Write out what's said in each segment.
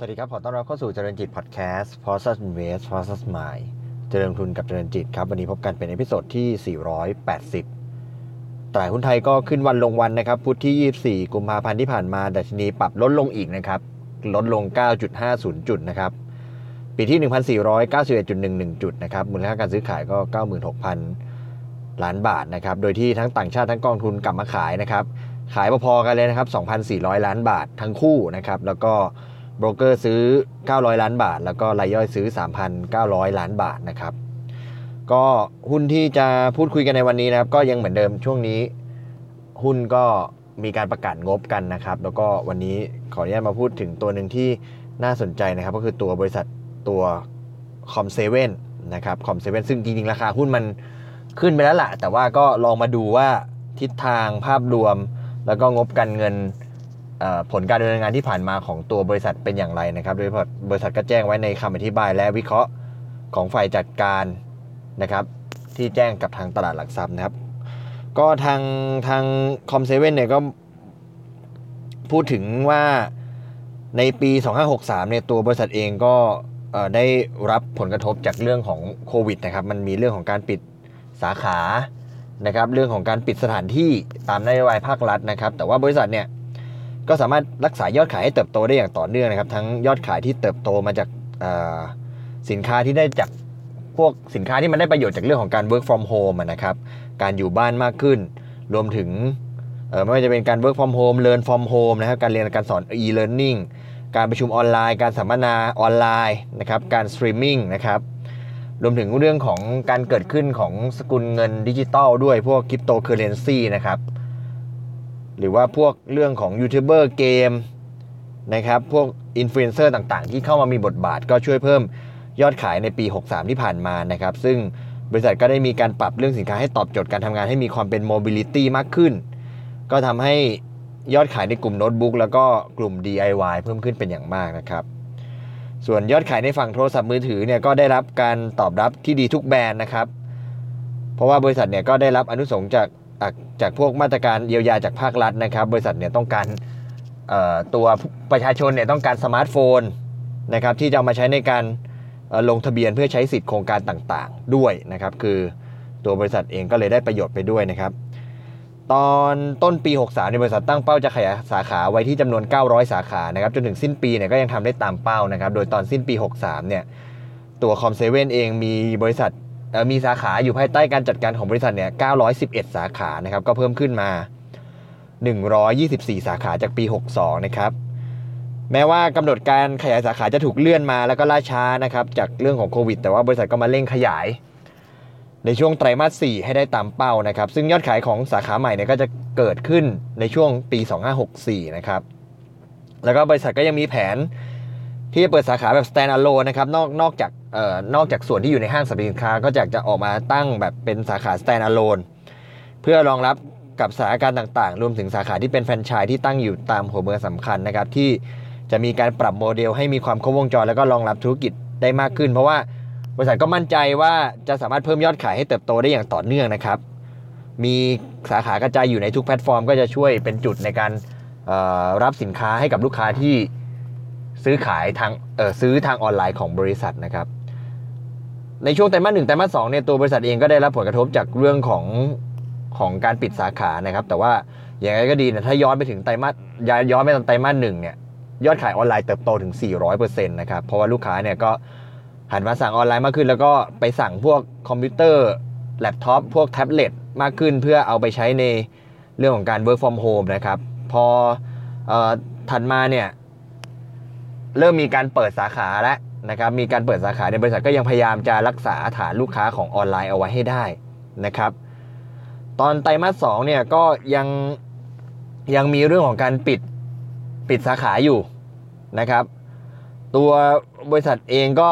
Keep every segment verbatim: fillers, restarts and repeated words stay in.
วัสดีครับขอต้อนรับเข้าสู่เจริญจิตพอดแคสต์ Process Invest Process Mind เจริญทุนกับเจริญจิตครับวันนี้พบกันเป็นเอพิโซดที่สี่ร้อยแปดสิบตลาดหุ้นไทยก็ขึ้นวันลงวันนะครับพุธที่ยี่สิบสี่กุมภาพันธ์ที่ผ่านมาดัชนีปรับลดลงอีกนะครับลดลง เก้าจุดห้าศูนย์ จุดนะครับปิดที่ หนึ่งพันสี่ร้อยเก้าสิบเอ็ดจุดหนึ่งหนึ่ง จุดนะครับมูลค่าการซื้อขายก็ เก้าหมื่นหกพัน ล้านบาทนะครับโดยที่ทั้งต่างชาติทั้งกองทุนกลับมาขายนะครับขายพอๆกันเลยนะครับ สองพันสี่ร้อย ล้านบาททั้งคู่นะครับแล้วก็โบรกเกอร์ซื้อเก้าร้อยล้านบาทแล้วก็รายย่อยซื้อ สามพันเก้าร้อย ล้านบาทนะครับก็หุ้นที่จะพูดคุยกันในวันนี้นะครับก็ยังเหมือนเดิมช่วงนี้หุ้นก็มีการประกาศงบกันนะครับแล้วก็วันนี้ขออนุญาตมาพูดถึงตัวหนึ่งที่น่าสนใจนะครับก็คือตัวบริษัทตัว คอม เซเว่น นะครับ คอม เซเว่น ซึ่งจริงๆราคาหุ้นมันขึ้นไปแล้วล่ะแต่ว่าก็ลองมาดูว่าทิศทางภาพรวมแล้วก็งบการเงินผลการดำเนินงานที่ผ่านมาของตัวบริษัทเป็นอย่างไรนะครับโดยบริษัทก็แจ้งไว้ในคำอธิบายและวิเคราะห์ของฝ่ายจัดการนะครับที่แจ้งกับทางตลาดหลักทรัพย์นะครับก็ทางทาง คอม เซเว่น เนี่ยก็พูดถึงว่าในปีสองพันห้าร้อยหกสิบสามเนี่ยตัวบริษัทเองก็ได้รับผลกระทบจากเรื่องของโควิดนะครับมันมีเรื่องของการปิดสาขานะครับเรื่องของการปิดสถานที่ตามนโยบายภาครัฐนะครับแต่ว่าบริษัทเนี่ยก็สามารถรักษายอดขายให้เติบโตได้อย่างต่อเนื่องนะครับทั้งยอดขายที่เติบโตมาจากสินค้าที่ได้จากพวกสินค้าที่มันได้ประโยชน์จากเรื่องของการ work from home นะครับการอยู่บ้านมากขึ้นรวมถึงไม่ว่าจะเป็นการ work from home learn from home นะครับการเรียนการสอน e-learning การประชุมออนไลน์การสัมมนาออนไลน์นะครับการสตรีมมิ่งนะครับรวมถึงเรื่องของการเกิดขึ้นของสกุลเงินดิจิตอลด้วยพวกคริปโตเคอเรนซีนะครับหรือว่าพวกเรื่องของยูทูบเบอร์เกมนะครับพวกอินฟลูเอนเซอร์ต่างๆที่เข้ามามีบทบาทก็ช่วยเพิ่มยอดขายในปีหกสิบสามที่ผ่านมานะครับซึ่งบริษัทก็ได้มีการปรับเรื่องสินค้าให้ตอบโจทย์การทำงานให้มีความเป็นโมบิลิตี้มากขึ้นก็ทำให้ยอดขายในกลุ่มโน้ตบุ๊กแล้วก็กลุ่ม ดี ไอ วาย เพิ่มขึ้นเป็นอย่างมากนะครับส่วนยอดขายในฝั่งโทรศัพท์มือถือเนี่ยก็ได้รับการตอบรับที่ดีทุกแบรนด์นะครับเพราะว่าบริษัทเนี่ยก็ได้รับอนุสงส์จากจากพวกมาตรการเยียวยาจากภาครัฐนะครับบริษัทเนี่ยต้องการตัวประชาชนเนี่ยต้องการสมาร์ทโฟนนะครับที่จะเอามาใช้ในการลงทะเบียนเพื่อใช้สิทธิโครงการต่างๆด้วยนะครับคือตัวบริษัทเองก็เลยได้ประโยชน์ไปด้วยนะครับตอนต้นปีหกสิบสามในบริษัทตั้งเป้าจะขยายสาขาไว้ที่จำนวนเก้าร้อยสาขานะครับจนถึงสิ้นปีเนี่ยก็ยังทำได้ตามเป้านะครับโดยตอนสิ้นปีหกสิบสามเนี่ยตัว คอม เซเว่น เองมีบริษัทมีสาขาอยู่ภายใต้การจัดการของบริษัทเนี่ยเก้าร้อยสิบเอ็ดสาขานะครับก็เพิ่มขึ้นมาหนึ่งร้อยยี่สิบสี่สาขาจากปีหกสิบสองนะครับแม้ว่ากำหนดการขยายสาขาจะถูกเลื่อนมาแล้วก็ล่าช้านะครับจากเรื่องของโควิดแต่ว่าบริษัทก็มาเร่งขยายในช่วงไตรมาสสี่ให้ได้ตามเป้านะครับซึ่งยอดขายของสาขาใหม่เนี่ยก็จะเกิดขึ้นในช่วงปีสองพันห้าร้อยหกสิบสี่นะครับแล้วก็บริษัทก็ยังมีแผนที่จะเปิดสาขาแบบ stand alone นะครับนอกนอกจากเอ่อนอกจากส่วนที่อยู่ในห้างสรรพสินค้าก็อยากจะออกมาตั้งแบบเป็นสาขา stand alone เพื่อรองรับกับสถานการณ์ต่างๆรวมถึงสาขาที่เป็นแฟรนไชส์ที่ตั้งอยู่ตามหัวเมืองสำคัญนะครับที่จะมีการปรับโมเดลให้มีความครบวงจรแล้วก็รองรับธุรกิจได้มากขึ้นเพราะว่าบริษัทก็มั่นใจว่าจะสามารถเพิ่มยอดขายให้เติบโตได้อย่างต่อเนื่องนะครับมีสาขากระจายอยู่ในทุกแพลตฟอร์มก็จะช่วยเป็นจุดในการรับสินค้าให้กับลูกค้าที่ซื้อขายทางเอ่อซื้อทางออนไลน์ของบริษัทนะครับในช่วงไตรมาสหนึ่งไตรมาสสองเนี่ยตัวบริษัทเองก็ได้รับผลกระทบจากเรื่องของของการปิดสาขานะครับแต่ว่าอย่างไรก็ดีนะถ้าย้อนไปถึงไตรมาสย้อนไปตอนไตรมาสหนึ่งเนี่ยยอดขายออนไลน์เติบโตถึง สี่ร้อยเปอร์เซ็นต์ นะครับเพราะว่าลูกค้าเนี่ยก็หันมาสั่งออนไลน์มากขึ้นแล้วก็ไปสั่งพวกคอมพิวเตอร์แล็ปท็อปพวกแท็บเล็ตมากขึ้นเพื่อเอาไปใช้ในเรื่องของการ work from home นะครับพอเอ่อถัดมาเนี่ยเริ่มมีการเปิดสาขาแล้วนะครับมีการเปิดสาขาในบริษัทก็ยังพยายามจะรักษาฐานลูกค้าของออนไลน์เอาไว้ให้ได้นะครับตอนไตรมาสสองเนี่ยก็ยังยังมีเรื่องของการปิดปิดสาขาอยู่นะครับตัวบริษัทเองก็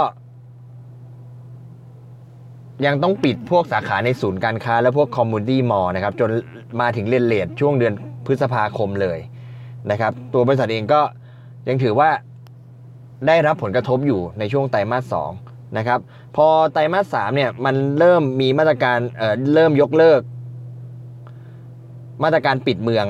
ยังต้องปิดพวกสาขาในศูนย์การค้าและพวกคอมมูนิตี้มอลล์นะครับจนมาถึงเลทเลทช่วงเดือนพฤษภาคมเลยนะครับตัวบริษัทเองก็ยังถือว่าได้รับผลกระทบอยู่ในช่วงไตรมาสสองนะครับพอไตรมาสสามเนี่ยมันเริ่มมีมาตรการเอ่อเริ่มยกเลิกมาตรการปิดเมืองแล้ว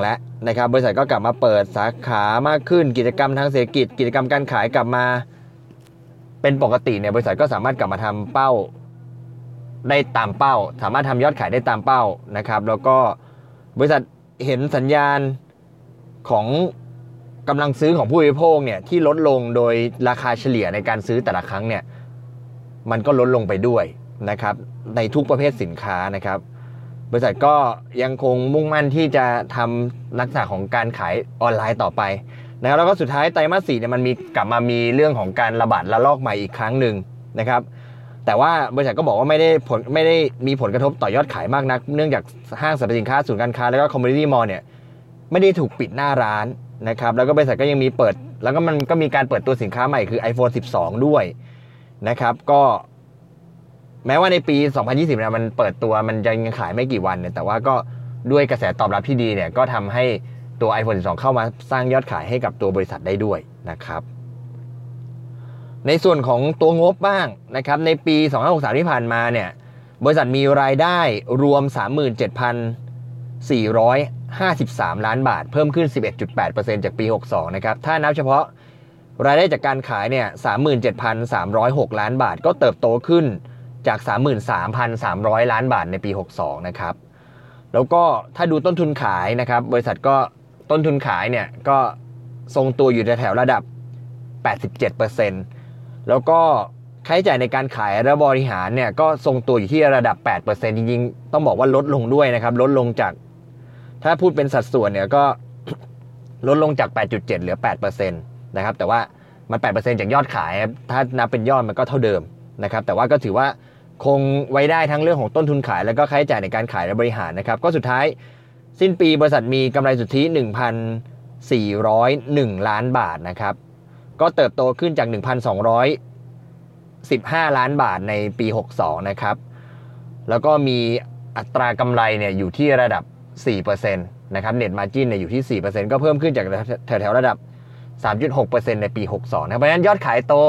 นะครับบริษัทก็กลับมาเปิดสาขามากขึ้นกิจกรรมทางเศรษฐกิจกิจกรรมการขายกลับมาเป็นปกติเนี่ยบริษัทก็สามารถกลับมาทำเป้าได้ตามเป้าสามารถทำยอดขายได้ตามเป้านะครับแล้วก็บริษัทเห็นสัญญาณของกำลังซื้อของผู้บริโภคเนี่ยที่ลดลงโดยราคาเฉลี่ยในการซื้อแต่ละครั้งเนี่ยมันก็ลดลงไปด้วยนะครับในทุกประเภทสินค้านะครับบริษัทก็ยังคงมุ่งมั่นที่จะทำลักษณะของการขายออนไลน์ต่อไปนะครับแล้วก็สุดท้ายไตรมาสสี่เนี่ยมันมีกลับมามีเรื่องของการระบาดระลอกใหม่อีกครั้งหนึ่งนะครับแต่ว่าบริษัทก็บอกว่าไม่ได้ผลไม่ได้มีผลกระทบต่อยอดขายมากนักเนื่องจากห้างสรรพสินค้าศูนย์การค้าแล้วก็คอมมูนิตี้มอลล์เนี่ยไม่ได้ถูกปิดหน้าร้านนะครับแล้วก็บริษัทก็ยังมีเปิดแล้วก็มันก็มีการเปิดตัวสินค้าใหม่คือ ไอโฟน สิบสอง ด้วยนะครับก็แม้ว่าในปีสองพันยี่สิบเนี่ยมันเปิดตัวมันจะยังขายไม่กี่วันเนี่ยแต่ว่าก็ด้วยกระแสตอบรับที่ดีเนี่ยก็ทำให้ตัว ไอโฟน สิบสอง เข้ามาสร้างยอดขายให้กับตัวบริษัทได้ด้วยนะครับในส่วนของตัวงบบ้างนะครับในปีสองพันหกสิบสามที่ผ่านมาเนี่ยบริษัทมีรายได้รวม สามหมื่นเจ็ดพันสี่ร้อยห้าสิบสาม ล้านบาทเพิ่มขึ้น สิบเอ็ดจุดแปดเปอร์เซ็นต์ จากปีหกสิบสองนะครับถ้านับเฉพาะรายได้จากการขายเนี่ย สามหมื่นเจ็ดพันสามร้อยหก ล้านบาทก็เติบโตขึ้นจาก สามหมื่นสามพันสามร้อย ล้านบาทในปีหกสิบสองนะครับแล้วก็ถ้าดูต้นทุนขายนะครับบริษัทก็ต้นทุนขายเนี่ยก็ทรงตัวอยู่แถวระดับ แปดสิบเจ็ดเปอร์เซ็นต์ แล้วก็ค่าใช้จ่ายในการขายและบริหารเนี่ยก็ทรงตัวอยู่ที่ระดับ แปดเปอร์เซ็นต์ จริงๆต้องบอกว่าลดลงด้วยนะครับลดลงจากถ้าพูดเป็นสัดส่วนเนี่ยก็ ลดลงจาก แปดจุดเจ็ด เหลือ แปดเปอร์เซ็นต์ นะครับแต่ว่ามัน แปดเปอร์เซ็นต์ จากยอดขายถ้านับเป็นยอดมันก็เท่าเดิมนะครับแต่ว่าก็ถือว่าคงไว้ได้ทั้งเรื่องของต้นทุนขายแล้วก็ค่าใช้จ่ายในการขายและบริหารนะครับก็สุดท้ายสิ้นปีบริษัทมีกำไรสุทธิ หนึ่งพันสี่ร้อยเอ็ด ล้านบาทนะครับก็เติบโตขึ้นจาก หนึ่งพันสองร้อยสิบห้า ล้านบาทในปีหกสิบสองนะครับแล้วก็มีอัตรากำไรเนี่ยอยู่ที่ระดับ สี่เปอร์เซ็นต์ นะครับเน็ตมาร์จิ้นเนี่ยอยู่ที่ สี่เปอร์เซ็นต์ ก็เพิ่มขึ้นจากแถวๆระดับ สามจุดหกเปอร์เซ็นต์ ในปีหกสิบสองนะเพราะฉะนั้นยอดขายโต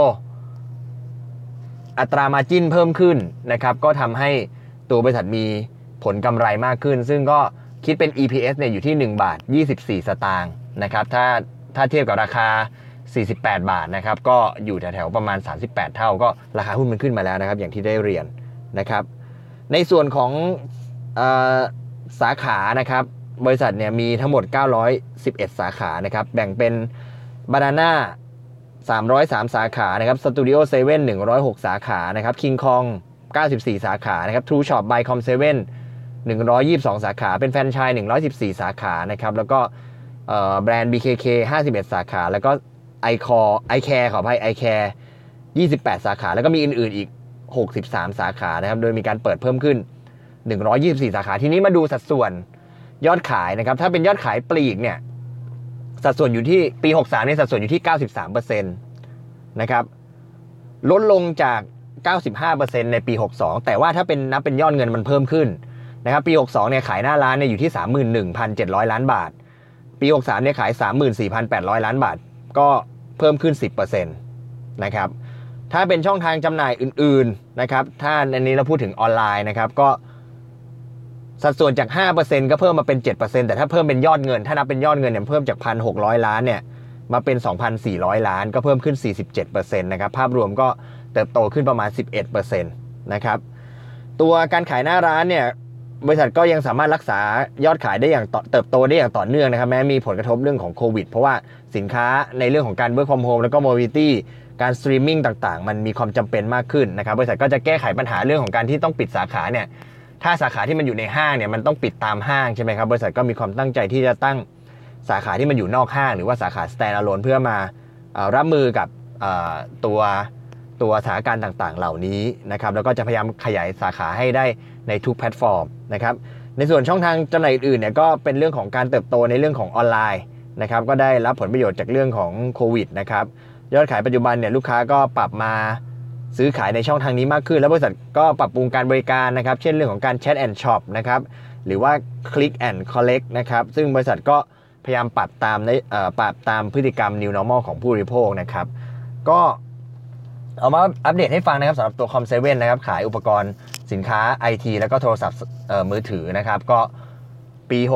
อัตรามาร์จิ้นเพิ่มขึ้นนะครับก็ทำให้ตัวบริษัทมีผลกำไรมากขึ้นซึ่งก็คิดเป็น อี พี เอส เนี่ยอยู่ที่หนึ่งบาทยี่สิบสี่สตางค์นะครับถ้าถ้าเทียบกับราคาสี่สิบแปดบาทนะครับก็อยู่แถวๆประมาณสามสิบแปดเท่าก็ราคาหุ้นมันขึ้นมาแล้วนะครับอย่างที่ได้เรียนนะครับในส่วนของเอ่อสาขานะครับบริษัทเนี่ยมีทั้งหมดเก้าร้อยสิบเอ็ดสาขานะครับแบ่งเป็น Banana สามร้อยสามสาขานะครับ Studio เซเว่น หนึ่งร้อยหกสาขานะครับ King Kong เก้าสิบสี่สาขานะครับ True Shop by คอม เซเว่น หนึ่งร้อยยี่สิบสองสาขาเป็นแฟรนไชส์หนึ่งร้อยสิบสี่สาขานะครับแล้วก็แบรนด์ บี เค เค ห้าสิบเอ็ดสาขาแล้วก็ iCore iCare ขออภัย iCare ยี่สิบแปดสาขาแล้วก็มีอื่นๆอีกหกสิบสามสาขานะครับโดยมีการเปิดเพิ่มขึ้นหนึ่งร้อยยี่สิบสี่สาขาทีนี้มาดูสัดส่วนยอดขายนะครับถ้าเป็นยอดขายปลีกเนี่ยสัดส่วนอยู่ที่ปีหกสิบสามเนี่ยสัดส่วนอยู่ที่ เก้าสิบสามเปอร์เซ็นต์ นะครับลดลงจาก เก้าสิบห้าเปอร์เซ็นต์ ในปีหกสิบสองแต่ว่าถ้าเป็นนับเป็นยอดเงินมันเพิ่มขึ้นนะครับปีหกสิบสองเนี่ยขายหน้าร้านเนี่ยอยู่ที่ สามหมื่นหนึ่งพันเจ็ดร้อย ล้านบาทปีหกสิบสามเนี่ยขาย สามหมื่นสี่พันแปดร้อย ล้านบาทก็เพิ่มขึ้น สิบเปอร์เซ็นต์ นะครับถ้าเป็นช่องทางจำหน่ายอื่นๆนะครับถ้าอันนี้เราพูดถึงออนไลน์นะครับก็สัดส่วนจาก ห้าเปอร์เซ็นต์ ก็เพิ่มมาเป็น เจ็ดเปอร์เซ็นต์ แต่ถ้าเพิ่มเป็นยอดเงินถ้านับเป็นยอดเงินเนี่ยเพิ่มจาก หนึ่งพันหกร้อย ล้านเนี่ยมาเป็น สองพันสี่ร้อย ล้านก็เพิ่มขึ้น สี่สิบเจ็ดเปอร์เซ็นต์ นะครับภาพรวมก็เติบโตขึ้นประมาณ สิบเอ็ดเปอร์เซ็นต์ นะครับตัวการขายหน้าร้านเนี่ยบริษัทก็ยังสามารถรักษายอดขายได้อย่างเติบโตได้อย่างต่อเนื่องนะครับแม้มีผลกระทบเรื่องของโควิดเพราะว่าสินค้าในเรื่องของการ work from home แล้วก็ mobility การสตรีมมิ่งต่างๆมันมีความจำเป็นมากขึ้นนะครับบริษัทก็จะแก้ไขปัญหาเรื่องของการที่ต้องปิดสาขาเนี่ยถ้าสาขาที่มันอยู่ในห้างเนี่ยมันต้องปิดตามห้างใช่ไหมครับบริษัทก็มีความตั้งใจที่จะตั้งสาขาที่มันอยู่นอกห้างหรือว่าสาขา stand alone เพื่อมารับมือกับตัวตัวสถานการณ์ต่างๆเหล่านี้นะครับแล้วก็จะพยายามขยายสาขาให้ได้ในทุกแพลตฟอร์มนะครับในส่วนช่องทางจำหน่ายอื่นๆเนี่ยก็เป็นเรื่องของการเติบโตในเรื่องของออนไลน์นะครับก็ได้รับผลประโยชน์จากเรื่องของโควิดนะครับยอดขายปัจจุบันเนี่ยลูกค้าก็ปรับมาซื้อขายในช่องทางนี้มากขึ้นแล้วบริษัทก็ปรับปรุงการบริการนะครับเช่นเรื่องของการ Chat and Shop นะครับหรือว่า Click and Collect นะครับซึ่งบริษัทก็พยายามปรับตามในเอ่อปรับตามพฤติกรรม New Normal ของผู้บริโภคนะครับก็เอามาอัปเดตให้ฟังนะครับสำหรับตัว คอม เซเว่น นะครับขายอุปกรณ์สินค้า ไอ ที แล้วก็โทรศัพท์เอ่อมือถือนะครับก็ปีหก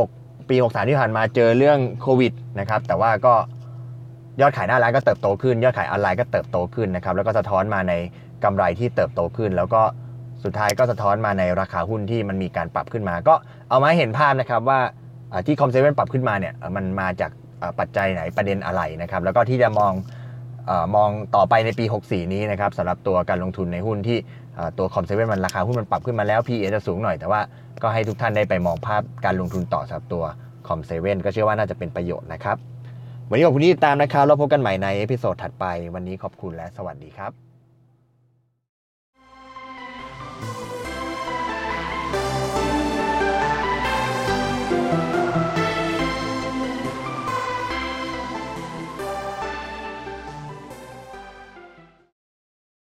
ปีหกสิบสามที่ผ่านมาเจอเรื่องโควิดนะครับแต่ว่าก็ยอดขายหน้าร้านก็เติบโตขึ้นยอดขายออนไลน์ก็เติบโตขึ้นนะครับแล้วก็สะท้อนมาในกำไรที่เติบโตขึ้นแล้วก็สุดท้ายก็สะท้อนมาในราคาหุ้นที่มันมีการปรับขึ้นมาก็เอามาให้เห็นภาพนะครับว่าที่คอมเซเว่นปรับขึ้นมาเนี่ยมันมาจากปัจจัยไหนประเด็นอะไรนะครับแล้วก็ที่จะมองเอ่อมองต่อไปในปีหกสิบสี่นี้นะครับสำหรับตัวการลงทุนในหุ้นที่ตัวคอมเซเว่นมันราคาหุ้นมันปรับขึ้นมาแล้ว พี อี จะสูงหน่อยแต่ว่าก็ให้ทุกท่านได้ไปมองภาพการลงทุนต่อสำหรับตัวคอมเซเว่นก็เชื่อว่าน่าจะเป็นประโยชน์นะครับวันนี้ขอบคุณที่ติดตามนะครับแล้วพบกันใหม่ในเอพิโซดถัดไปวันนี้ขอบคุณและสวัสดีครับ